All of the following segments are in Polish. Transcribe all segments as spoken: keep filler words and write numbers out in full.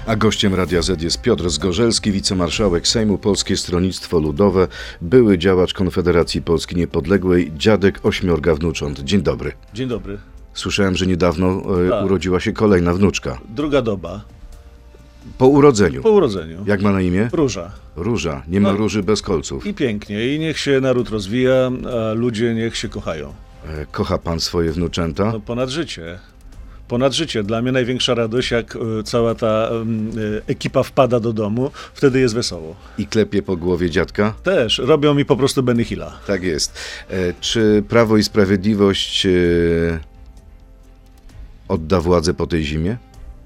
A gościem Radia Z jest Piotr Zgorzelski, wicemarszałek Sejmu, Polskie Stronnictwo Ludowe, były działacz Konfederacji Polski Niepodległej, dziadek ośmiorga wnucząt. Dzień dobry. Dzień dobry. Słyszałem, że niedawno e, Tak. urodziła się kolejna wnuczka. Druga doba. Po urodzeniu. Po urodzeniu. Jak ma na imię? Róża. Róża. Nie ma No. róży bez kolców. I pięknie. I niech się naród rozwija, a ludzie niech się kochają. E, kocha pan swoje wnuczęta? No, ponad życie. Ponad życie. Dla mnie największa radość, jak y, cała ta y, ekipa wpada do domu, wtedy jest wesoło. I klepie po głowie dziadka? Też. Robią mi po prostu Benny Hilla. Tak jest. E, czy Prawo i Sprawiedliwość e, odda władzę po tej zimie?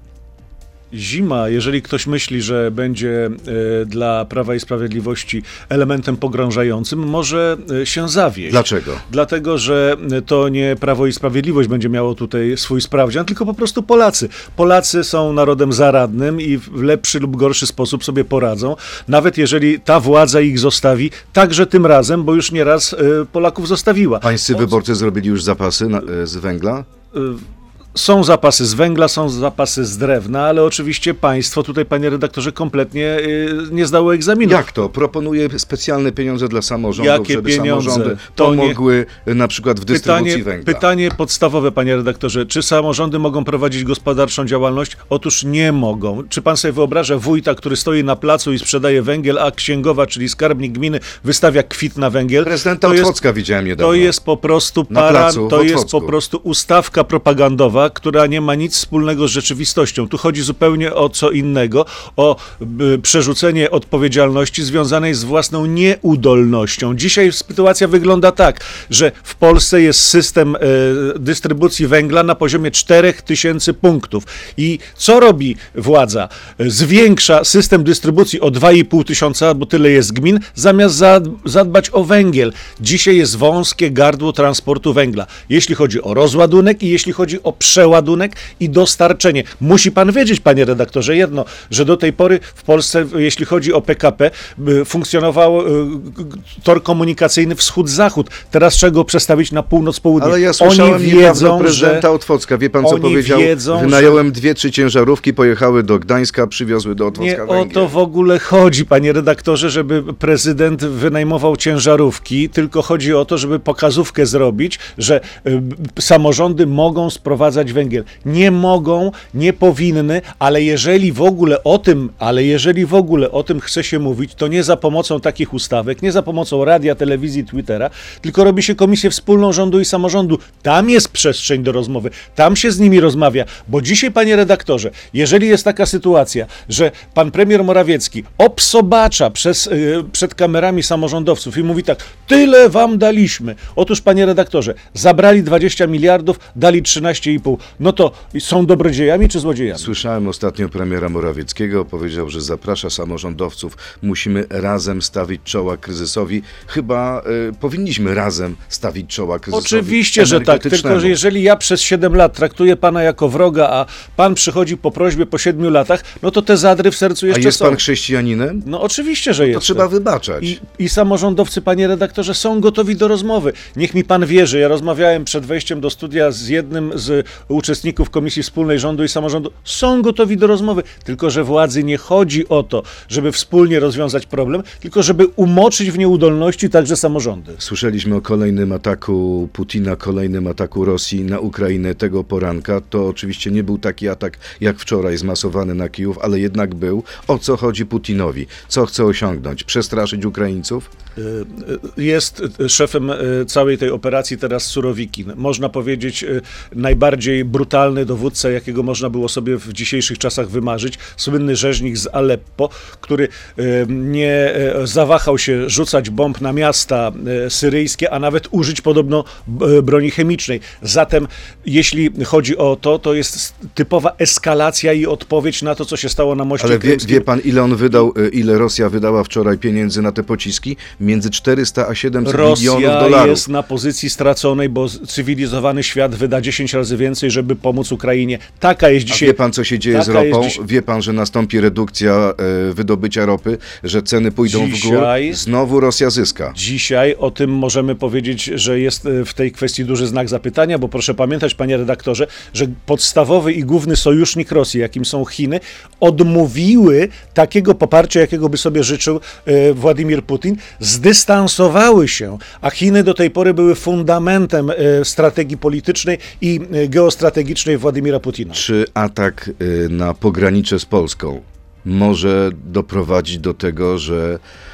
Zima, jeżeli ktoś myśli, że będzie e, dla Prawa i Sprawiedliwości elementem pogrążającym, może e, się zawieść. Dlaczego? Dlatego, że to nie Prawo i Sprawiedliwość będzie miało tutaj swój sprawdzian, tylko po prostu Polacy. Polacy są narodem zaradnym i w lepszy lub gorszy sposób sobie poradzą, nawet jeżeli ta władza ich zostawi, także tym razem, bo już nieraz e, Polaków zostawiła. Pańscy O- wyborcy zrobili już zapasy na, e, z węgla? e, Są zapasy z węgla, są zapasy z drewna, ale oczywiście państwo tutaj, panie redaktorze, kompletnie y, nie zdało egzaminu. Jak to? Proponuję specjalne pieniądze dla samorządów, Jakie żeby pieniądze? samorządy To nie- pomogły na przykład w dystrybucji Pytanie, węgla. pytanie podstawowe, panie redaktorze. Czy samorządy mogą prowadzić gospodarczą działalność? Otóż nie mogą. Czy pan sobie wyobraża wójta, który stoi na placu i sprzedaje węgiel, a księgowa, czyli skarbnik gminy, wystawia kwit na węgiel? Prezydenta To jest- Otwocka widziałem niedawno. To jest po prostu Na para, placu w to jest Otwocku. po prostu ustawka propagandowa, która nie ma nic wspólnego z rzeczywistością. Tu chodzi zupełnie o co innego, o y, przerzucenie odpowiedzialności związanej z własną nieudolnością. Dzisiaj sytuacja wygląda tak, że w Polsce jest system y, dystrybucji węgla na poziomie czterech tysięcy punktów. I co robi władza? Zwiększa system dystrybucji o dwa i pół tysiąca, bo tyle jest gmin, zamiast za, zadbać o węgiel. Dzisiaj jest wąskie gardło transportu węgla. Jeśli chodzi o rozładunek i jeśli chodzi o przeładunek i dostarczenie. Musi pan wiedzieć, panie redaktorze, jedno, że do tej pory w Polsce, jeśli chodzi o P K P, y, funkcjonował y, tor komunikacyjny wschód-zachód. Teraz trzeba go przestawić na północ-południe. Ale ja słyszałem Oni niedawno wiedzą, prezydenta że... Otwocka. Wie pan, co oni powiedział? wiedzą, Wynająłem dwie, trzy ciężarówki, pojechały do Gdańska, przywiozły do Otwocka Nie o węgiel. to w ogóle chodzi, panie redaktorze, żeby prezydent wynajmował ciężarówki, tylko chodzi o to, żeby pokazówkę zrobić, że y, samorządy mogą sprowadzać węgiel. Nie mogą, nie powinny, ale jeżeli w ogóle o tym, ale jeżeli w ogóle o tym chce się mówić, to nie za pomocą takich ustawek, nie za pomocą radia, telewizji, Twittera, tylko robi się komisję wspólną rządu i samorządu. Tam jest przestrzeń do rozmowy, tam się z nimi rozmawia, bo dzisiaj, panie redaktorze, jeżeli jest taka sytuacja, że pan premier Morawiecki obsobacza przez, yy, przed kamerami samorządowców i mówi tak, tyle wam daliśmy. Otóż, panie redaktorze, zabrali dwadzieścia miliardów, dali trzynaście i pół. No to są dobrodziejami czy złodziejami? Słyszałem ostatnio premiera Morawieckiego, powiedział, że zaprasza samorządowców. Musimy razem stawić czoła kryzysowi. Chyba y, powinniśmy razem stawić czoła kryzysowi Oczywiście, że tak, tylko energetycznemu. że jeżeli ja przez siedem lat traktuję pana jako wroga, a pan przychodzi po prośbie po siedmiu latach, no to te zadry w sercu A jeszcze jest są. pan chrześcijaninem? No oczywiście, że To jest. trzeba wybaczać. I, I samorządowcy, panie redaktorze, są gotowi do rozmowy. Niech mi pan wierzy. Ja rozmawiałem przed wejściem do studia z jednym z uczestników Komisji Wspólnej Rządu i Samorządu. Są gotowi do rozmowy. Tylko że władzy nie chodzi o to, żeby wspólnie rozwiązać problem, tylko żeby umoczyć w nieudolności także samorządy. Słyszeliśmy o kolejnym ataku Putina, kolejnym ataku Rosji na Ukrainę tego poranka. To oczywiście nie był taki atak jak wczoraj zmasowany na Kijów, ale jednak był. O co chodzi Putinowi? Co chce osiągnąć? Przestraszyć Ukraińców? Jest szefem całej tej operacji teraz Surowikin. Można powiedzieć najbardziej brutalny dowódca, jakiego można było sobie w dzisiejszych czasach wymarzyć. Słynny rzeźnik z Aleppo, który nie zawahał się rzucać bomb na miasta syryjskie, a nawet użyć podobno broni chemicznej. Zatem jeśli chodzi o to, to jest typowa eskalacja i odpowiedź na to, co się stało na moście Ale wie, krymskim. wie pan, ile on wydał, ile Rosja wydała wczoraj pieniędzy na te pociski? Między czterysta a siedemset milionów Rosja dolarów. jest na pozycji straconej, bo cywilizowany świat wyda dziesięć razy więcej więcej, żeby pomóc Ukrainie. Taka jest A dzisiaj... wie pan, co się dzieje z taka jest ropą? dziś- Wie pan, że nastąpi redukcja e, wydobycia ropy, że ceny pójdą Dzisiaj- w górę? Znowu Rosja zyska. Dzisiaj o tym możemy powiedzieć, że jest e, w tej kwestii duży znak zapytania, bo proszę pamiętać, panie redaktorze, że podstawowy i główny sojusznik Rosji, jakim są Chiny, odmówiły takiego poparcia, jakiego by sobie życzył e, Władimir Putin, zdystansowały się, a Chiny do tej pory były fundamentem e, strategii politycznej i e, geostrategicznej Władimira Putina. Czy atak y, na pogranicze z Polską może doprowadzić do tego, że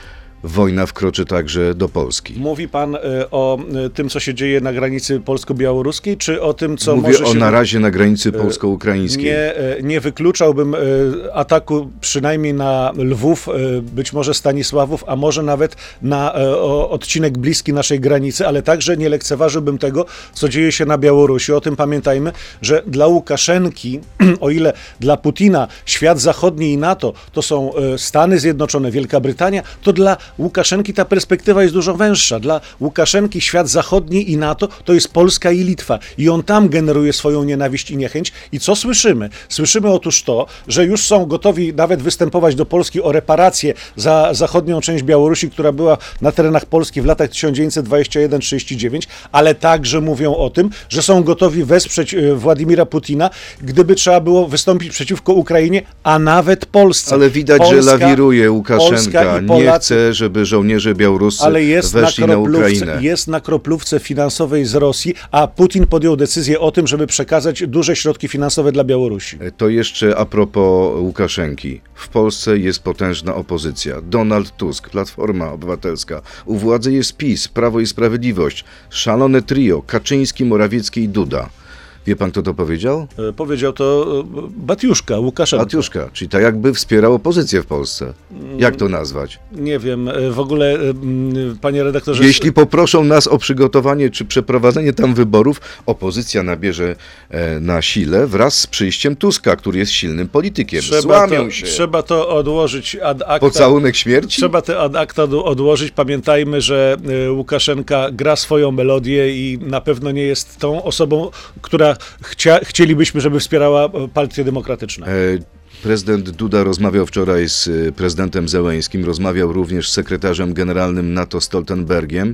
wojna wkroczy także do Polski? Mówi pan e, o e, tym, co się dzieje na granicy polsko-białoruskiej, czy o tym, co Mówię może o się... na razie na granicy polsko-ukraińskiej. Nie, e, nie wykluczałbym e, ataku przynajmniej na Lwów, e, być może Stanisławów, a może nawet na e, o, odcinek bliski naszej granicy, ale także nie lekceważyłbym tego, co dzieje się na Białorusi. O tym pamiętajmy, że dla Łukaszenki, o ile dla Putina świat zachodni i NATO to są e, Stany Zjednoczone, Wielka Brytania, to dla Łukaszenki ta perspektywa jest dużo węższa. Dla Łukaszenki świat zachodni i NATO to jest Polska i Litwa. I on tam generuje swoją nienawiść i niechęć. I co słyszymy? Słyszymy otóż to, że już są gotowi nawet występować do Polski o reparacje za zachodnią część Białorusi, która była na terenach Polski w latach tysiąc dziewięćset dwudziestym pierwszym do trzydziestego dziewiątego, ale także mówią o tym, że są gotowi wesprzeć e, Władimira Putina, gdyby trzeba było wystąpić przeciwko Ukrainie, a nawet Polsce. Ale widać, Polska, że lawiruje Polska Łukaszenka. i Nie Polacy- chce, żeby żołnierze białoruscy ale jest na, weszli na, kroplówce, Ukrainę. jest na kroplówce finansowej z Rosji, a Putin podjął decyzję o tym, żeby przekazać duże środki finansowe dla Białorusi. To jeszcze a propos Łukaszenki. W Polsce jest potężna opozycja. Donald Tusk, Platforma Obywatelska. U władzy jest PiS, Prawo i Sprawiedliwość. Szalone trio, Kaczyński, Morawiecki i Duda. Wie pan, kto to powiedział? E, Powiedział to e, Batiuszka, Łukaszenka. Batiuszka, czyli tak jakby wspierał opozycję w Polsce. Jak to nazwać? Nie wiem, e, w ogóle, e, m, panie redaktorze... Jeśli poproszą nas o przygotowanie czy przeprowadzenie tam wyborów, opozycja nabierze e, na sile wraz z przyjściem Tuska, który jest silnym politykiem. trzeba Złamią to, się. trzeba to odłożyć ad acta. Pocałunek śmierci? Trzeba te ad acta do- odłożyć. Pamiętajmy, że e, Łukaszenka gra swoją melodię i na pewno nie jest tą osobą, która chcia, chcielibyśmy, żeby wspierała e, partie demokratyczne. E, Prezydent Duda rozmawiał wczoraj z e, prezydentem Zełeńskim, rozmawiał również z sekretarzem generalnym NATO Stoltenbergiem.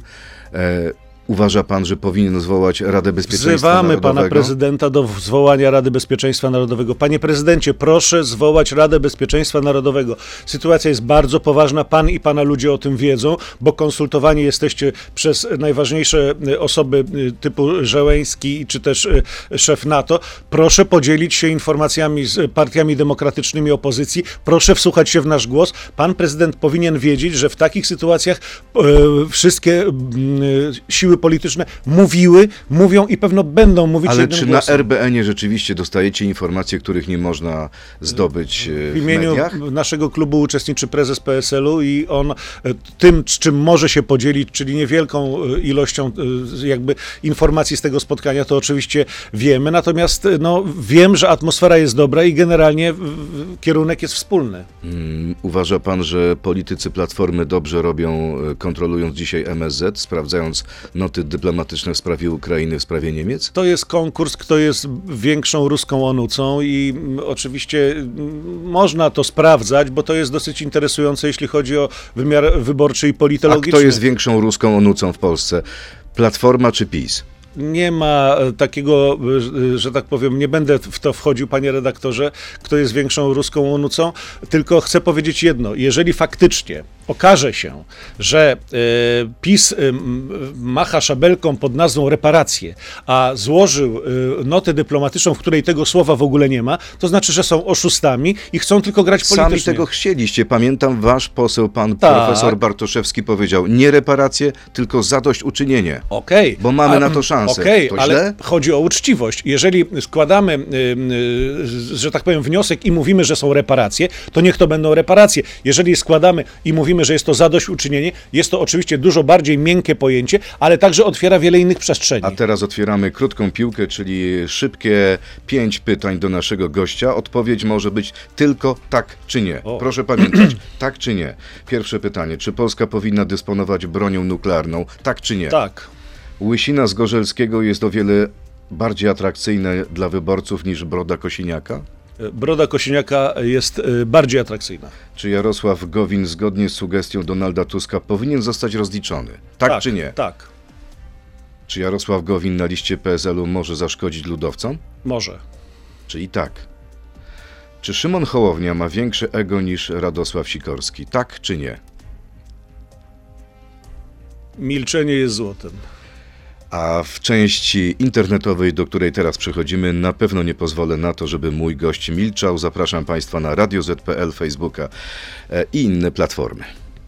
E, Uważa pan, że powinien zwołać Radę Bezpieczeństwa Wzywamy Narodowego? pana prezydenta do zwołania Rady Bezpieczeństwa Narodowego. Panie prezydencie, proszę zwołać Radę Bezpieczeństwa Narodowego. Sytuacja jest bardzo poważna. Pan i pana ludzie o tym wiedzą, bo konsultowani jesteście przez najważniejsze osoby typu Zełeński czy też szef NATO. Proszę podzielić się informacjami z partiami demokratycznymi opozycji. Proszę wsłuchać się w nasz głos. Pan prezydent powinien wiedzieć, że w takich sytuacjach e, wszystkie e, siły polityczne mówiły, mówią i pewno będą mówić Ale jednym czy głosem. na R B N-ie rzeczywiście dostajecie informacje, których nie można zdobyć e, W w imieniu mediach? naszego klubu uczestniczy prezes P S L u i on e, tym, z czym może się podzielić, czyli niewielką e, ilością e, jakby informacji z tego spotkania, to oczywiście wiemy. Natomiast e, no, wiem, że atmosfera jest dobra i generalnie w- w- kierunek jest wspólny. Mm, Uważa pan, że politycy Platformy dobrze robią, e, kontrolując dzisiaj M S Z, sprawdzając noty dyplomatyczne w sprawie Ukrainy, w sprawie Niemiec? To jest konkurs, kto jest większą ruską onucą i mm, oczywiście mm, można to sprawdzać, bo to jest dosyć interesujące, jeśli chodzi o wymiar wyborczy i A politologiczny. kto jest większą ruską onucą w Polsce? Platforma czy PiS? Nie ma e, takiego, e, że tak powiem, nie będę w to wchodził, panie redaktorze, kto jest większą ruską onucą, tylko chcę powiedzieć jedno. Jeżeli faktycznie okaże się, że e, PiS e, m, macha szabelką pod nazwą reparacje, a złożył e, notę dyplomatyczną, w której tego słowa w ogóle nie ma, to znaczy, że są oszustami i chcą tylko grać politycznie. Sami tego chcieliście. Pamiętam, wasz poseł, pan Tak. profesor Bartoszewski powiedział, nie reparacje, tylko zadośćuczynienie. Okej. Bo mamy A, na to szansę. Okej, To ale źle? chodzi o uczciwość. Jeżeli składamy, y, y, że tak powiem, wniosek i mówimy, że są reparacje, to niech to będą reparacje. Jeżeli składamy i mówimy, że jest to zadośćuczynienie, jest to oczywiście dużo bardziej miękkie pojęcie, ale także otwiera wiele innych przestrzeni. A teraz otwieramy krótką piłkę, czyli szybkie pięć pytań do naszego gościa. Odpowiedź może być tylko tak czy nie. O. Proszę pamiętać, tak czy nie. Pierwsze pytanie, czy Polska powinna dysponować bronią nuklearną? Tak czy nie? Tak. Łysina Zgorzelskiego jest o wiele bardziej atrakcyjne dla wyborców niż broda Kosiniaka? Broda Kosiniaka jest y, bardziej atrakcyjna. Czy Jarosław Gowin zgodnie z sugestią Donalda Tuska powinien zostać rozliczony? Tak, Tak czy nie? Tak, Czy Jarosław Gowin na liście P S L-u może zaszkodzić ludowcom? może. Czyli tak. Czy Szymon Hołownia ma większe ego niż Radosław Sikorski? Tak czy nie? Milczenie jest złotem. A w części internetowej, do której teraz przechodzimy, na pewno nie pozwolę na to, żeby mój gość milczał. Zapraszam Państwa na Radio Z P L, Facebooka e, i inne platformy.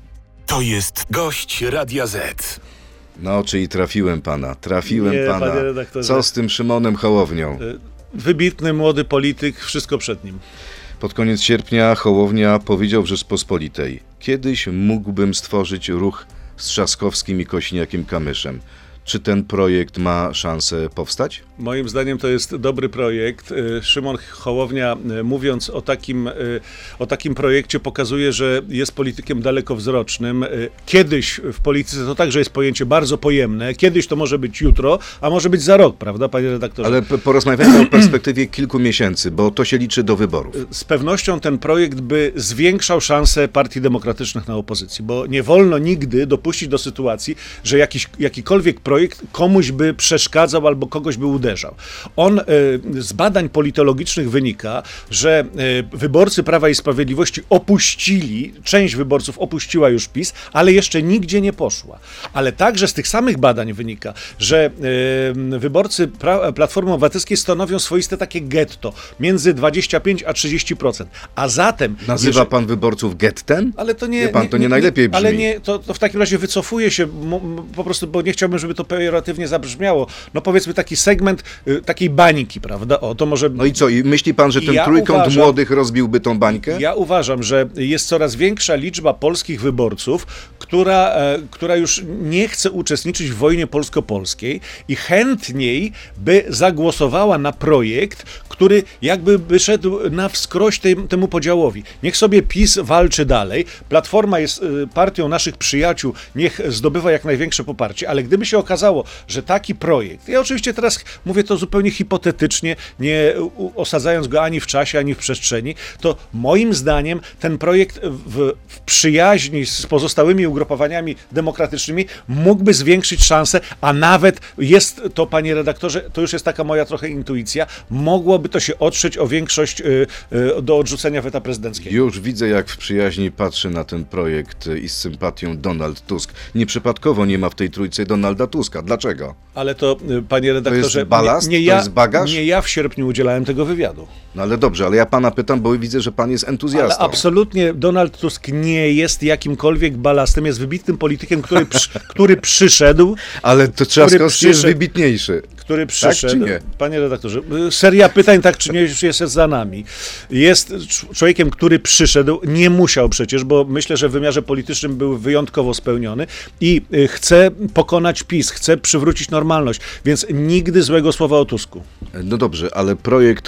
To jest gość Radia Z. No, czyli trafiłem pana, trafiłem Nie, pana. panie redaktorze. Co z tym Szymonem Hołownią? Y, Wybitny, młody polityk, wszystko przed nim. Pod koniec sierpnia Hołownia powiedział w Rzeczpospolitej: kiedyś mógłbym stworzyć ruch z Trzaskowskim i Kosiniakiem-Kamyszem. Czy ten projekt ma szansę powstać? Moim zdaniem to jest dobry projekt. Y, Szymon Hołownia, y, mówiąc o takim, y, o takim projekcie, pokazuje, że jest politykiem dalekowzrocznym. Y, Kiedyś w polityce to także jest pojęcie bardzo pojemne. Kiedyś to może być jutro, a może być za rok, prawda, panie redaktorze? Ale p- porozmawiajmy o perspektywie kilku miesięcy, bo to się liczy do wyborów. Z pewnością ten projekt by zwiększał szanse partii demokratycznych na opozycji, bo nie wolno nigdy dopuścić do sytuacji, że jakiś, jakikolwiek projekt komuś by przeszkadzał albo kogoś by uderzał. On y, z badań politologicznych wynika, że y, wyborcy Prawa i Sprawiedliwości opuścili, część wyborców opuściła już PiS, ale jeszcze nigdzie nie poszła. Ale także z tych samych badań wynika, że y, wyborcy pra- Platformy Obywatelskiej stanowią swoiste takie getto, między dwadzieścia pięć a trzydzieści procent. A zatem... Nazywa jeżeli- pan wyborców gettem? ale to nie, Wie pan, to nie najlepiej brzmi. Ale nie, to, to w takim razie wycofuje się, m, m, po prostu, bo nie chciałbym, żeby to pejoratywnie zabrzmiało. No powiedzmy taki segment y, takiej bańki, prawda? O, to może... No i co? I myśli pan, że ten Ja trójkąt uważam- młodych rozbiłby tą bańkę? Ja uważam, że jest coraz większa liczba polskich wyborców, która, e, która już nie chce uczestniczyć w wojnie polsko-polskiej i chętniej by zagłosowała na projekt, który jakby by szedł na wskroś tym, temu podziałowi. Niech sobie PiS walczy dalej. Platforma jest e, partią naszych przyjaciół, niech zdobywa jak największe poparcie, ale gdyby się okazało, że taki projekt, ja oczywiście teraz mówię to zupełnie hipotetycznie, nie u- osadzając go ani w czasie, ani w przestrzeni, to moim zdaniem ten projekt w, w przyjaźni z pozostałymi ugrupowaniami demokratycznymi mógłby zwiększyć szanse, a nawet jest to, panie redaktorze, to już jest taka moja trochę intuicja, mogłoby to się otrzeć o większość y, y, do odrzucenia weta prezydenckiego. Już widzę, jak w przyjaźni patrzy na ten projekt i z sympatią Donald Tusk. Nieprzypadkowo nie ma w tej trójce Donalda Tuska. Dlaczego? Ale to, y, panie redaktorze, jest balast? nie, nie To ja, jest bagaż? nie ja w sierpniu udzielałem tego wywiadu. No ale dobrze, ale ja pana pytam, bo widzę, że pan jest Ale entuzjastą. absolutnie Donald Tusk nie jest jakimkolwiek balastem, jest wybitnym politykiem, który, przy, który przyszedł, Ale to Trzaskowski jest przyszedł- wybitniejszy. który przyszedł. czy nie? Panie redaktorze, seria pytań tak czy nie już jest za nami. Jest cz- człowiekiem, który przyszedł, nie musiał przecież, bo myślę, że w wymiarze politycznym był wyjątkowo spełniony i y, chce pokonać PiS, chce przywrócić normalność, więc nigdy złego słowa o Tusku. No dobrze, ale projekt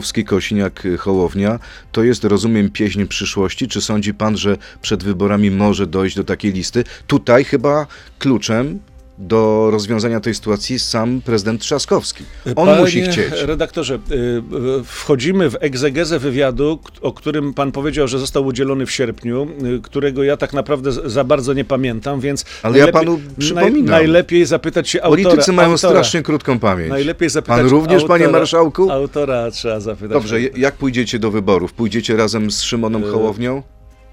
Trzaskowski-Kosiniak-Hołownia to jest, rozumiem, pieśń przyszłości. Czy sądzi pan, że przed wyborami może dojść do takiej listy? Tutaj chyba kluczem do rozwiązania tej sytuacji jest sam prezydent Trzaskowski. On Panie musi chcieć. redaktorze, y, y, wchodzimy w egzegezę wywiadu, k- o którym pan powiedział, że został udzielony w sierpniu, y, którego ja tak naprawdę z- za bardzo nie pamiętam, więc Ale ja panu przypominam. najlepiej zapytać się autora. Politycy mają autora. strasznie krótką pamięć. Najlepiej zapytać Pan również, autora, panie marszałku? Autora trzeba zapytać. Dobrze, jak pójdziecie do wyborów? Pójdziecie razem z Szymonem Hołownią?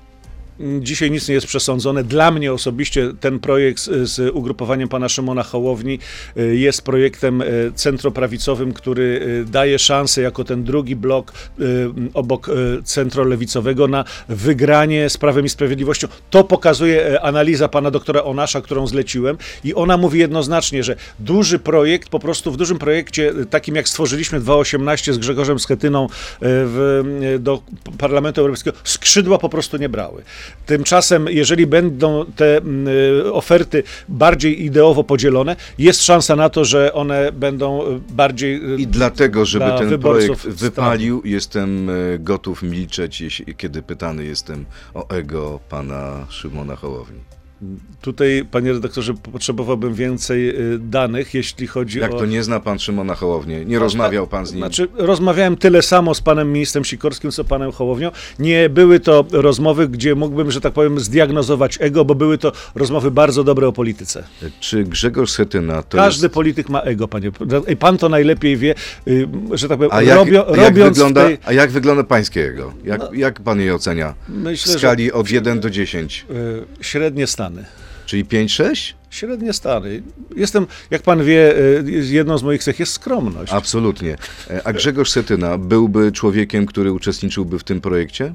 Dzisiaj nic nie jest przesądzone. Dla mnie osobiście ten projekt z, z ugrupowaniem pana Szymona Hołowni y, jest projektem y, centroprawicowym, który y, daje szansę jako ten drugi blok y, obok y, centrolewicowego na wygranie z Prawem i Sprawiedliwością. To pokazuje y, analiza pana doktora Onasza, którą zleciłem i ona mówi jednoznacznie, że duży projekt, po prostu w dużym projekcie, y, takim jak stworzyliśmy dwa tysiące osiemnaście z Grzegorzem Schetyną y, w, y, do Parlamentu Europejskiego, skrzydła po prostu nie brały. Tymczasem, jeżeli będą te y, oferty bardziej ideowo podzielone, jest szansa na to, że one będą y, bardziej... y, I dlatego, żeby dla ten wyborców projekt wypalił, jestem e, gotów milczeć, jeśli, kiedy pytany jestem o ego pana Szymona Hołowni. Tutaj, panie redaktorze, potrzebowałbym więcej y, danych, jeśli chodzi Jak o... to nie zna pan Szymona Hołownię? Nie rozmawiał pan z nim? Znaczy, rozmawiałem tyle samo z panem ministrem Sikorskim, co panem Hołownią. Nie były to rozmowy, gdzie mógłbym, że tak powiem, zdiagnozować ego, bo były to rozmowy bardzo dobre o polityce. Czy Grzegorz Schetyna to Każdy jest... polityk ma ego, panie. I pan to najlepiej wie, y, że tak powiem, A jak, robio, jak robiąc wygląda, tej... a jak wygląda pańskie jego? Jak, No, jak pan je ocenia? Myślę, W skali od jeden do dziesięciu. y, średnie Stany. Czyli pięć sześć? Średnie Stany. Jestem, jak pan wie, y, jedną z moich cech jest skromność. Absolutnie. E, A Grzegorz Schetyna byłby człowiekiem, który uczestniczyłby w tym projekcie?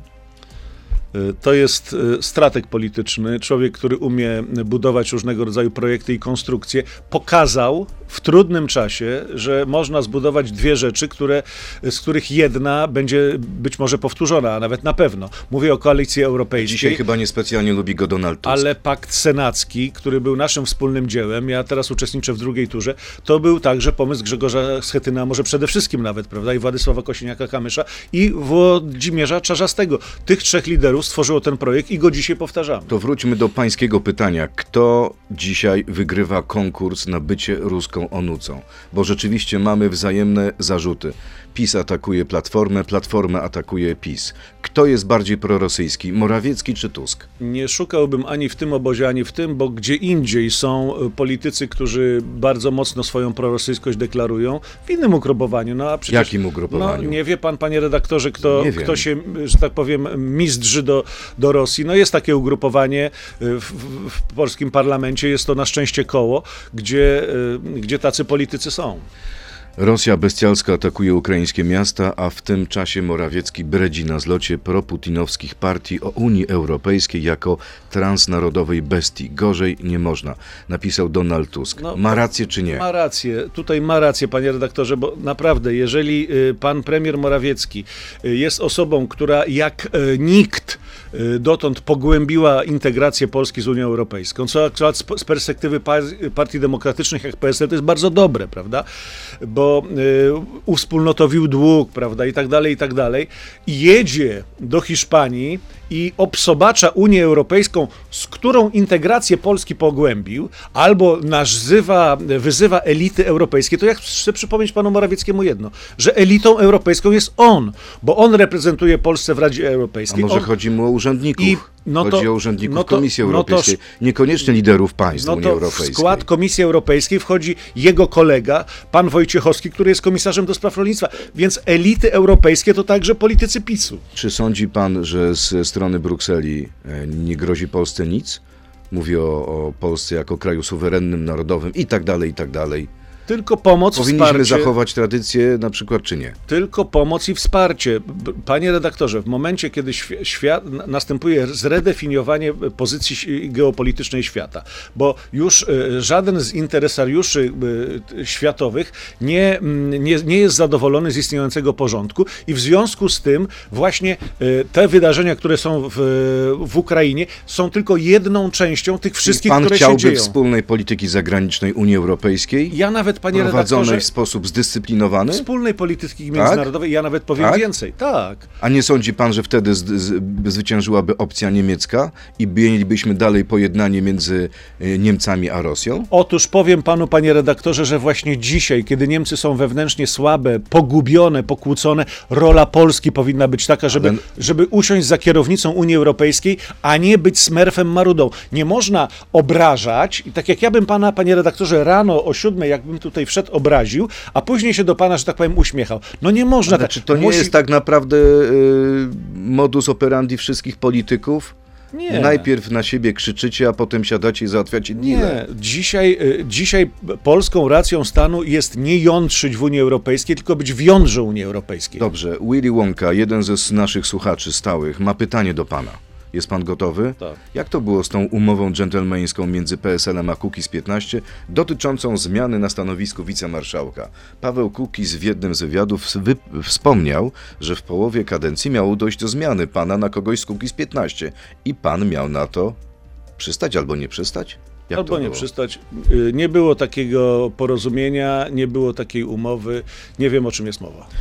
To jest strateg polityczny, człowiek, który umie budować różnego rodzaju projekty i konstrukcje. Pokazał w trudnym czasie, że można zbudować dwie rzeczy, które, z których jedna będzie być może powtórzona, a nawet na pewno. Mówię o koalicji europejskiej. Dzisiaj chyba niespecjalnie lubi go Donald Tusk. Ale pakt senacki, który był naszym wspólnym dziełem, ja teraz uczestniczę w drugiej turze, to był także pomysł Grzegorza Schetyna, może przede wszystkim nawet, prawda, i Władysława Kosiniaka-Kamysza i Włodzimierza Czarzastego. Tych trzech liderów stworzyło ten projekt i go dzisiaj powtarzamy. To wróćmy do pańskiego pytania. Kto dzisiaj wygrywa konkurs na bycie ruską onucą? Bo rzeczywiście mamy wzajemne zarzuty. PiS atakuje Platformę, Platforma atakuje PiS. Kto jest bardziej prorosyjski, Morawiecki czy Tusk? Nie szukałbym ani w tym obozie, ani w tym, bo gdzie indziej są politycy, którzy bardzo mocno swoją prorosyjskość deklarują, w innym ugrupowaniu. No, a przecież, Jakim ugrupowaniu? No, nie wie pan, panie redaktorze, kto, Nie wiem. kto się, że tak powiem, mizdrzy do, do Rosji. No jest takie ugrupowanie w, w, w polskim parlamencie, jest to na szczęście koło, gdzie, gdzie tacy politycy są. Rosja bestialska atakuje ukraińskie miasta, a w tym czasie Morawiecki bredzi na zlocie proputinowskich partii o Unii Europejskiej jako transnarodowej bestii. Gorzej nie można, napisał Donald Tusk. No, ma rację czy nie? Ma rację, tutaj ma rację, panie redaktorze, bo naprawdę, jeżeli y, pan premier Morawiecki y, jest osobą, która jak y, nikt y, dotąd pogłębiła integrację Polski z Unią Europejską, co akurat z, z perspektywy par, partii demokratycznych jak P S L to jest bardzo dobre, prawda, bo y, uwspólnotowił dług, prawda, i tak dalej, i tak dalej, i jedzie do Hiszpanii i obsobacza Unię Europejską, z którą integrację Polski pogłębił, albo nazywa, wyzywa elity europejskie, to ja chcę przypomnieć panu Morawieckiemu jedno, że elitą europejską jest on, bo on reprezentuje Polskę w Radzie A Europejskiej. może on... chodzi mu o urzędników? I- no to- chodzi o urzędników no to- Komisji no to- Europejskiej, niekoniecznie liderów państw No Unii to w Europejskiej. skład Komisji Europejskiej wchodzi jego kolega, pan Wojciechowski, który jest komisarzem do spraw rolnictwa, więc elity europejskie to także politycy PiSu. Czy sądzi pan, że ze strony Brukseli e, nie grozi Polsce nic? Mówi o, o Polsce jako kraju suwerennym, narodowym i tak dalej, i tak dalej. Tylko pomoc, Powinniśmy wsparcie. zachować tradycję na przykład, czy nie? Tylko pomoc i wsparcie. B- Panie redaktorze, w momencie, kiedy świ- świat, n- następuje zredefiniowanie pozycji ś- geopolitycznej świata, bo już y, żaden z interesariuszy y, światowych nie, mm, nie, nie jest zadowolony z istniejącego porządku i w związku z tym właśnie y, te wydarzenia, które są w, w Ukrainie, są tylko jedną częścią tych wszystkich, Pan które się chciałby dzieją. wspólnej polityki zagranicznej Unii Europejskiej, Ja nawet, panie prowadzonej redaktorze, w sposób zdyscyplinowany? wspólnej polityki międzynarodowej, ja nawet powiem Tak? więcej. Tak. A nie sądzi pan, że wtedy z, z, zwyciężyłaby opcja niemiecka i mielibyśmy dalej pojednanie między e, Niemcami a Rosją? Otóż powiem panu, panie redaktorze, że właśnie dzisiaj, kiedy Niemcy są wewnętrznie słabe, pogubione, pokłócone, rola Polski powinna być taka, żeby, Ale- żeby usiąść za kierownicą Unii Europejskiej, a nie być smerfem marudą. Nie można obrażać, i tak jak ja bym pana, panie redaktorze, rano o siódmej, jakbym tutaj wszedł, obraził, a później się do pana, że tak powiem, uśmiechał. No nie można Ale tak. czy to nie Musi- jest tak naprawdę e, modus operandi wszystkich polityków? Nie. Najpierw na siebie krzyczycie, a potem siadacie i załatwiacie deale. Nie, dzisiaj, y, dzisiaj polską racją stanu jest nie jątrzyć w Unii Europejskiej, tylko być w jądrze Unii Europejskiej. Dobrze, Willy Wonka, jeden ze naszych słuchaczy stałych, ma pytanie do pana. Jest pan gotowy? Tak. Jak to było z tą umową dżentelmeńską między P S L-em a Kukiz piętnaście dotyczącą zmiany na stanowisku wicemarszałka? Paweł Kukiz w jednym z wywiadów wy- wspomniał, że w połowie kadencji miało dojść do zmiany pana na kogoś z Kukiz piętnaście i pan miał na to przystać albo nie przystać? Jak Albo to nie było? przystać. Y, Nie było takiego porozumienia, nie było takiej umowy. Nie wiem, o czym jest mowa.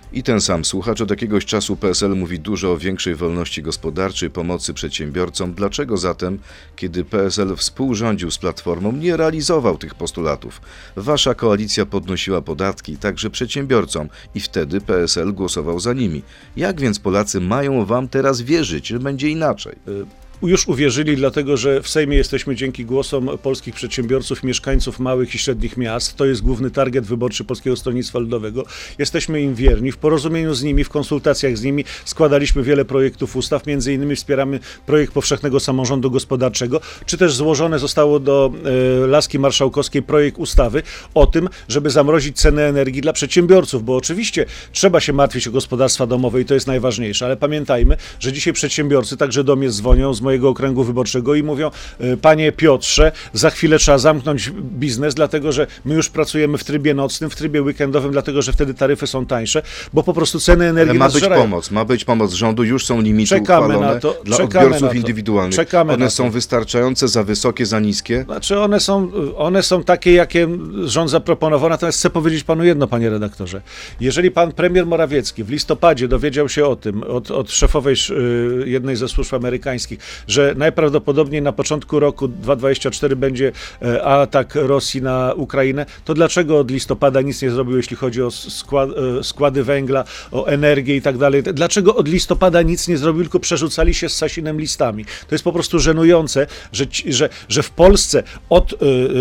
I ten sam słuchacz od jakiegoś czasu P S L mówi dużo o większej wolności gospodarczej, pomocy przedsiębiorcom. Dlaczego zatem, kiedy P S L współrządził z Platformą, nie realizował tych postulatów? Wasza koalicja podnosiła podatki także przedsiębiorcom i wtedy P S L głosował za nimi. Jak więc Polacy mają wam teraz wierzyć, że będzie inaczej? Już uwierzyli, dlatego że w Sejmie jesteśmy dzięki głosom polskich przedsiębiorców, mieszkańców małych i średnich miast. To jest główny target wyborczy Polskiego Stronnictwa Ludowego. Jesteśmy im wierni. W porozumieniu z nimi, w konsultacjach z nimi składaliśmy wiele projektów ustaw. Między innymi wspieramy projekt powszechnego samorządu gospodarczego, czy też złożone zostało do e, laski marszałkowskiej projekt ustawy o tym, żeby zamrozić ceny energii dla przedsiębiorców, bo oczywiście trzeba się martwić o gospodarstwa domowe i to jest najważniejsze, ale pamiętajmy, że dzisiaj przedsiębiorcy także do mnie dzwonią z mojego okręgu wyborczego i mówią: panie Piotrze, za chwilę trzeba zamknąć biznes, dlatego że my już pracujemy w trybie nocnym, w trybie weekendowym, dlatego że wtedy taryfy są tańsze, bo po prostu ceny energii Ale ma nas być zżerają. pomoc, ma być pomoc rządu, już są limity Czekamy uchwalone na to, dla czekamy odbiorców na to, indywidualnych. czekamy One na są to. wystarczające, za wysokie, za niskie? Znaczy one są, one są takie, jakie rząd zaproponował, natomiast chcę powiedzieć panu jedno, panie redaktorze. Jeżeli pan premier Morawiecki w listopadzie dowiedział się o tym od, od szefowej y, jednej ze służb amerykańskich, że najprawdopodobniej na początku roku dwa tysiące dwudziestego czwartego będzie e, atak Rosji na Ukrainę, to dlaczego od listopada nic nie zrobił, jeśli chodzi o skład, e, składy węgla, o energię i tak dalej? Dlaczego od listopada nic nie zrobił, tylko przerzucali się z Sasinem listami? To jest po prostu żenujące, że, ci, że, że w Polsce od y,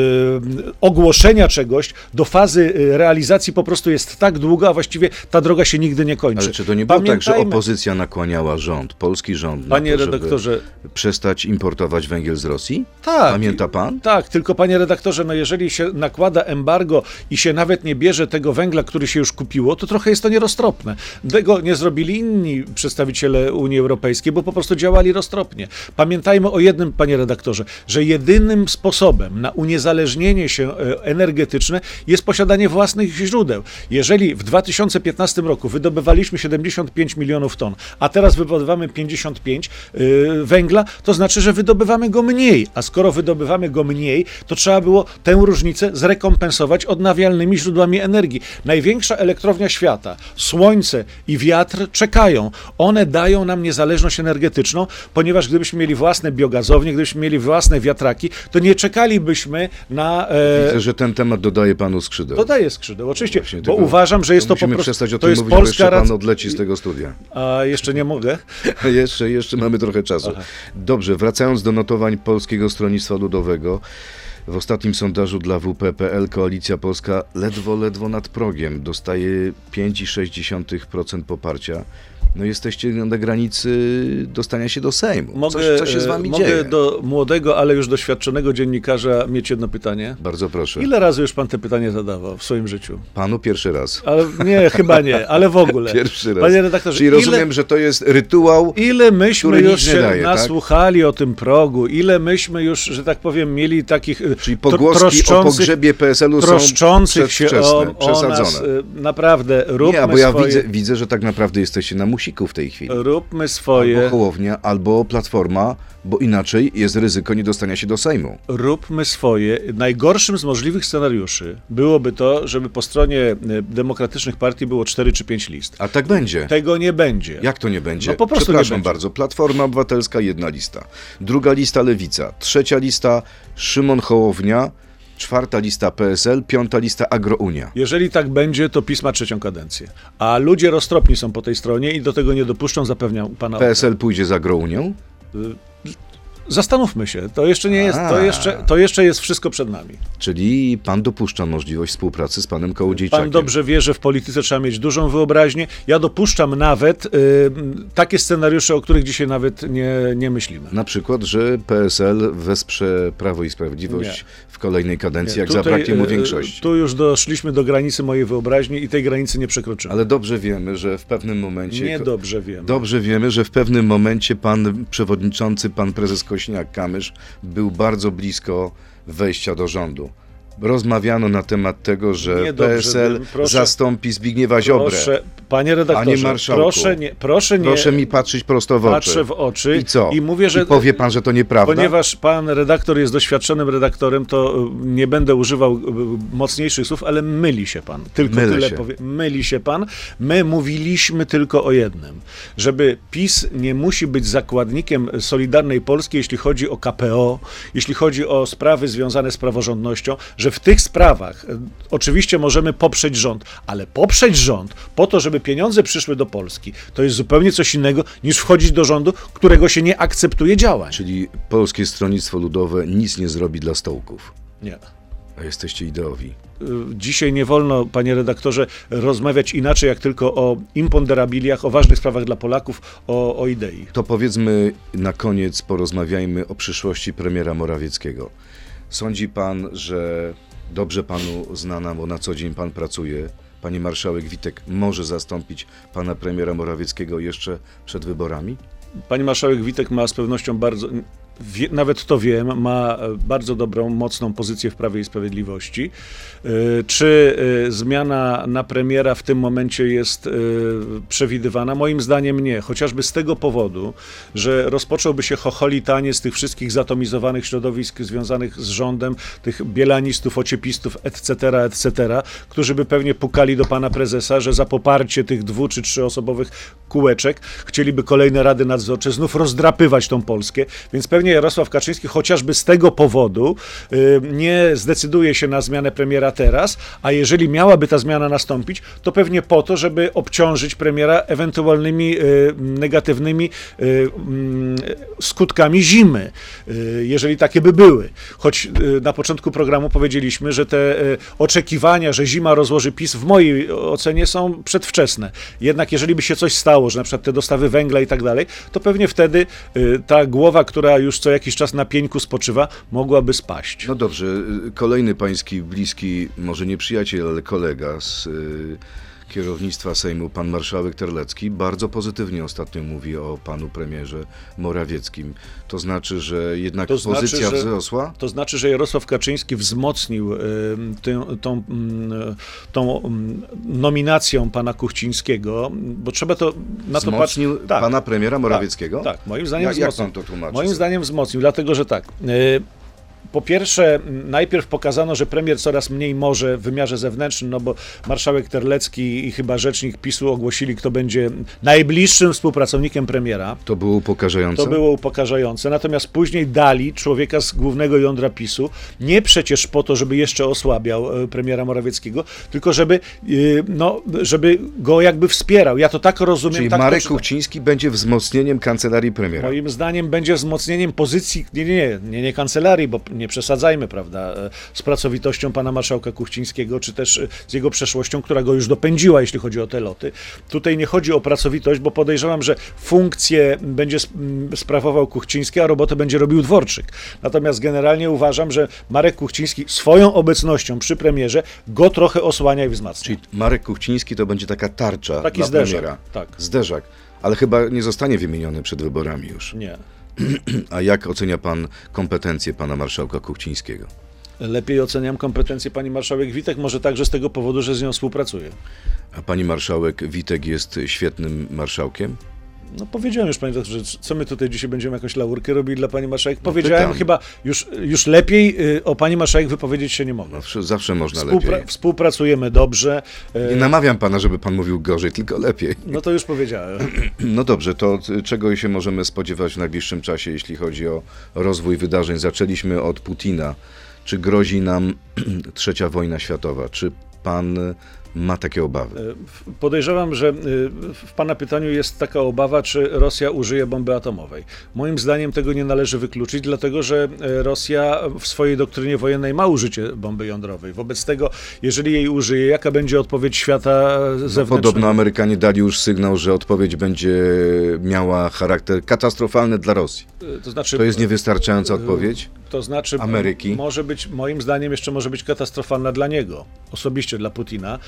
y, ogłoszenia czegoś do fazy realizacji po prostu jest tak długa, a właściwie ta droga się nigdy nie kończy. Ale czy to nie było tak, że Pamiętajmy- opozycja nakłaniała rząd, polski rząd, Panie na to, żeby redaktorze, przestać importować węgiel z Rosji? tak. Pamięta pan? Tak, tylko panie redaktorze, no jeżeli się nakłada embargo i się nawet nie bierze tego węgla, który się już kupiło, to trochę jest to nieroztropne. Tego nie zrobili inni przedstawiciele Unii Europejskiej, bo po prostu działali roztropnie. Pamiętajmy o jednym, panie redaktorze, że jedynym sposobem na uniezależnienie się e, energetyczne jest posiadanie własnych źródeł. Jeżeli w dwa tysiące piętnastym roku wydobywaliśmy siedemdziesiąt pięć milionów ton, a teraz wydobywamy pięćdziesiąt pięć y, węgla, to znaczy, że wydobywamy go mniej, a skoro wydobywamy go mniej, to trzeba było tę różnicę zrekompensować odnawialnymi źródłami energii. Największa elektrownia świata, słońce i wiatr czekają. One dają nam niezależność energetyczną, ponieważ gdybyśmy mieli własne biogazownie, gdybyśmy mieli własne wiatraki, to nie czekalibyśmy na... E, Widzę, że ten temat dodaje panu skrzydeł. dodaje skrzydeł, oczywiście, Właśnie, bo tylko uważam, że jest to po Musimy prostu... przestać o to tym jest mówić, bo polska jeszcze pan racja. odleci z tego studia. A jeszcze nie mogę. jeszcze, jeszcze mamy trochę czasu. Aha. Dobrze, wracając do notowań Polskiego Stronnictwa Ludowego. W ostatnim sondażu dla W P kropka P L Koalicja Polska ledwo, ledwo nad progiem. Dostaje pięć przecinek sześć procent poparcia. No jesteście na granicy dostania się do Sejmu. Mogę, Coś, co się z wami mogę dzieje? do młodego, ale już doświadczonego dziennikarza mieć jedno pytanie. Bardzo proszę. Ile razy już pan te pytanie zadawał w swoim życiu? Panu pierwszy raz. Ale nie, chyba nie, ale w ogóle. Pierwszy raz. Panie redaktorze, Czyli ile, rozumiem, że to jest rytuał. ile myśmy który już nic nie się daje, tak? nasłuchali o tym progu, ile myśmy już, że tak powiem, mieli takich y, Czyli tro- pogłoski o troszczących, pogrzebie P S L-u są troszczących się przedwczesne, o, o przesadzone. nas. y, Naprawdę, róbmy Nie, bo ja swoje, widzę, widzę, że tak naprawdę jesteście na musiku w tej chwili. róbmy swoje, Albo Hołownia, albo Platforma, bo inaczej jest ryzyko niedostania się do Sejmu. róbmy swoje. Najgorszym z możliwych scenariuszy byłoby to, żeby po stronie y, demokratycznych partii było cztery czy pięć list. A tak będzie. Tego nie będzie. Jak to nie będzie? No po prostu Przepraszam nie będzie. bardzo. Platforma Obywatelska, jedna lista. Druga lista Lewica. Trzecia lista Szymon Hołownia. Czwarta lista P S L. Piąta lista Agrounia. Jeżeli tak będzie, to PiS ma trzecią kadencję. A ludzie roztropni są po tej stronie i do tego nie dopuszczą, zapewniam pana. P S L pójdzie za Agrounią? Zastanówmy się, to jeszcze nie jest, to A. jeszcze, to jeszcze jest wszystko przed nami. Czyli pan dopuszcza możliwość współpracy z panem Kołodziejczakiem. Pan dobrze wie, że w polityce trzeba mieć dużą wyobraźnię. Ja dopuszczam nawet y, takie scenariusze, o których dzisiaj nawet nie, nie myślimy. Na przykład, że P S L wesprze Prawo i Sprawiedliwość Nie. w kolejnej kadencji, jak Tutaj, zabraknie mu y, większości. Tu już doszliśmy do granicy mojej wyobraźni i tej granicy nie przekroczymy. Ale dobrze wiemy, że w pewnym momencie... Niedobrze wiem. Dobrze wiemy, że w pewnym momencie pan przewodniczący, pan prezes Kośniak-Kamysz był bardzo blisko wejścia do rządu. rozmawiano na temat tego, że Niedobrze, P S L wiem, proszę- zastąpi Zbigniewa Ziobrę. Proszę, panie redaktorze, Panie marszałku, proszę nie, proszę nie Proszę mi patrzeć prosto w oczy. patrzę w oczy I co? i mówię, że I powie pan, że to nieprawda? ponieważ pan redaktor jest doświadczonym redaktorem, to y, nie będę używał y, mocniejszych słów, ale myli się pan. Tylko Mylę tyle się. powiem. Myli się pan. My mówiliśmy tylko o jednym, żeby PiS nie musi być zakładnikiem Solidarnej Polski, jeśli chodzi o K P O, jeśli chodzi o sprawy związane z praworządnością, że w tych sprawach y, oczywiście możemy poprzeć rząd, ale poprzeć rząd po to, żeby pieniądze przyszły do Polski, to jest zupełnie coś innego niż wchodzić do rządu, którego się nie akceptuje działań. Czyli Polskie Stronnictwo Ludowe nic nie zrobi dla stołków. Nie. A jesteście ideowi. Dzisiaj nie wolno, panie redaktorze, rozmawiać inaczej jak tylko o imponderabiliach, o ważnych sprawach dla Polaków, o, o idei. To powiedzmy na koniec, porozmawiajmy o przyszłości premiera Morawieckiego. Sądzi pan, że dobrze panu znana, bo na co dzień pan pracuje, pani marszałek Witek może zastąpić pana premiera Morawieckiego jeszcze przed wyborami? Pani marszałek Witek ma z pewnością bardzo, wie, nawet to wiem, ma bardzo dobrą, mocną pozycję w Prawie i Sprawiedliwości. Y, Czy y, zmiana na premiera w tym momencie jest y, przewidywana? Moim zdaniem nie, chociażby z tego powodu, że rozpocząłby się chocholitanie z tych wszystkich zatomizowanych środowisk związanych z rządem, tych bielanistów, ociepistów, et cetera, et cetera, którzy by pewnie pukali do pana prezesa, że za poparcie tych dwu czy trzyosobowych kółeczek chcieliby kolejne rady nadzorcze znów rozdrapywać tą Polskę, więc pewnie Jarosław Kaczyński chociażby z tego powodu y, nie zdecyduje się na zmianę premiera teraz, a jeżeli miałaby ta zmiana nastąpić, to pewnie po to, żeby obciążyć premiera ewentualnymi y, negatywnymi y, y, skutkami zimy, y, jeżeli takie by były. Choć y, na początku programu powiedzieliśmy, że te y, oczekiwania, że zima rozłoży PiS, w mojej ocenie są przedwczesne. Jednak jeżeli by się coś stało, że na przykład te dostawy węgla i tak dalej, to pewnie wtedy y, ta głowa, która już co jakiś czas na pieńku spoczywa, mogłaby spaść. No dobrze, kolejny pański bliski, może nie przyjaciel, ale kolega z y, kierownictwa Sejmu, pan marszałek Terlecki, bardzo pozytywnie ostatnio mówi o panu premierze Morawieckim. To znaczy, że jednak To znaczy, pozycja że- wzrosła? To znaczy, że Jarosław Kaczyński wzmocnił y, tę, tą, mm, tą mm, nominacją pana Kuchcińskiego, bo trzeba to na to patrzeć. Wzmocnił Tak, pana premiera Morawieckiego? Tak, tak, moim zdaniem Jak, jak wzmocnił. pan to tłumaczy? Moim zdaniem wzmocnił, dlatego że tak. y, Po pierwsze, m, najpierw pokazano, że premier coraz mniej może w wymiarze zewnętrznym, no bo marszałek Terlecki i chyba rzecznik PiSu ogłosili, kto będzie najbliższym współpracownikiem premiera. To było upokarzające? To było upokarzające. Natomiast później dali człowieka z głównego jądra PiSu, nie przecież po to, żeby jeszcze osłabiał e, premiera Morawieckiego, tylko żeby, e, no, żeby go jakby wspierał. Ja to tak rozumiem. Czyli tak Marek to, Kuchciński będzie wzmocnieniem kancelarii premiera. Moim zdaniem będzie wzmocnieniem pozycji, nie, nie, nie, nie, nie kancelarii, bo nie przesadzajmy, prawda, e, z pracowitością pana marszałka Kuchcińskiego, czy też e, z jego przeszłością, która go już dopędziła, jeśli chodzi o te loty. Tutaj nie chodzi o pracowitość, bo podejrzewam, że funkcję będzie sp- m, sprawował Kuchciński, a robotę będzie robił Dworczyk. Natomiast generalnie uważam, że Marek Kuchciński swoją obecnością przy premierze go trochę osłania i wzmacnia. Czyli Marek Kuchciński to będzie taka tarcza Taki dla zderzak, premiera. tak. Zderzak. Ale chyba nie zostanie wymieniony przed wyborami już. Nie. A jak ocenia pan kompetencje pana marszałka Kuchcińskiego? Lepiej oceniam kompetencje pani marszałek Witek, może także z tego powodu, że z nią współpracuję. A pani marszałek Witek jest świetnym marszałkiem? No powiedziałem już pani doktorze, co my tutaj dzisiaj będziemy jakąś laurkę robili dla pani marszałek. Powiedziałem pytam. chyba, już, już lepiej y, o pani marszałek wypowiedzieć się nie mogę. No, wsz- zawsze można Współpra- lepiej. współpracujemy dobrze. y, Nie namawiam pana, żeby pan mówił gorzej, tylko lepiej. No to już powiedziałem. No dobrze, to t- czego się możemy spodziewać w najbliższym czasie, jeśli chodzi o rozwój wydarzeń? Zaczęliśmy od Putina. Czy grozi nam trzecia wojna światowa? Czy pan ma takie obawy? Y, Podejrzewam, że y, w pana pytaniu jest taka obawa, czy Rosja użyje bomby atomowej. Moim zdaniem tego nie należy wykluczyć, dlatego że y, Rosja w swojej doktrynie wojennej ma użycie bomby jądrowej. Wobec tego, jeżeli jej użyje, jaka będzie odpowiedź świata zewnętrznego? Podobno Amerykanie dali już sygnał, że odpowiedź będzie miała charakter katastrofalny dla Rosji. Y, To znaczy, To jest niewystarczająca odpowiedź? To znaczy, Ameryki. może być, moim zdaniem, jeszcze może być katastrofalna dla niego, osobiście dla Putina,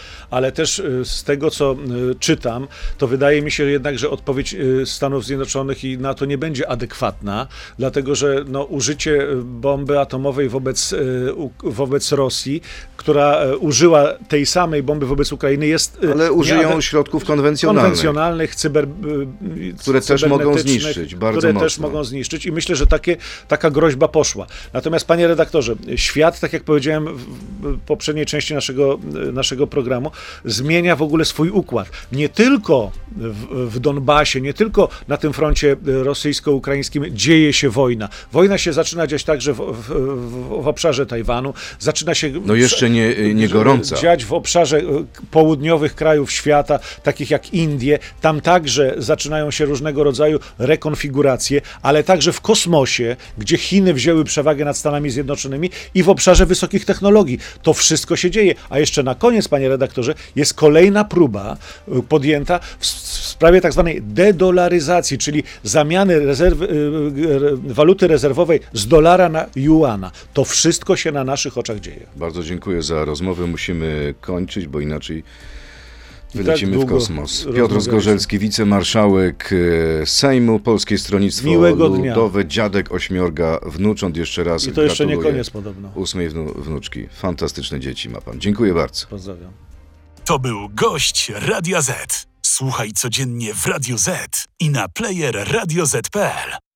ale też y, z tego, co y, czytam, to wydaje mi się jednak, że odpowiedź y, Stanów Zjednoczonych i NATO nie będzie adekwatna, dlatego że no, użycie bomby atomowej wobec, y, u, wobec Rosji, która y, użyła tej samej bomby wobec Ukrainy, jest... y, Ale użyją nieade- środków konwencjonalnych. konwencjonalnych, cyber, y, Które też mogą cybernetycznych, zniszczyć bardzo które mocno. też mogą zniszczyć i myślę, że takie, taka groźba poszła. Natomiast, panie redaktorze, świat, tak jak powiedziałem w w poprzedniej części naszego, naszego programu, zmienia w ogóle swój układ. Nie tylko w, w Donbasie, nie tylko na tym froncie rosyjsko-ukraińskim dzieje się wojna. Wojna się zaczyna dziać także w, w, w, w obszarze Tajwanu, zaczyna się No jeszcze nie, nie gorąca. dziać w obszarze południowych krajów świata, takich jak Indie. Tam także zaczynają się różnego rodzaju rekonfiguracje, ale także w kosmosie, gdzie Chiny wzięły przewagę nad Stanami Zjednoczonymi i w obszarze wysokich technologii. To wszystko się dzieje. A jeszcze na koniec, panie redaktorze, jest kolejna próba y, podjęta w, w sprawie tak zwanej dedolaryzacji, czyli zamiany rezerwy, y, y, waluty rezerwowej z dolara na juana. To wszystko się na naszych oczach dzieje. Bardzo dziękuję za rozmowę. Musimy kończyć, bo inaczej tak wylecimy w długo kosmos. Piotr rozmawialiśmy. Zgorzelski, wicemarszałek e, Sejmu, Polskie Stronnictwo Miłego dnia. Ludowe, dziadek ośmiorga wnucząt. Jeszcze raz I to jeszcze nie gratuluję koniec podobno. ósmej wnu, wnuczki. Fantastyczne dzieci ma pan. Dziękuję bardzo. Pozdrawiam. To był gość Radia Z. Słuchaj codziennie w Radio Z i na player radio zet kropka pe el.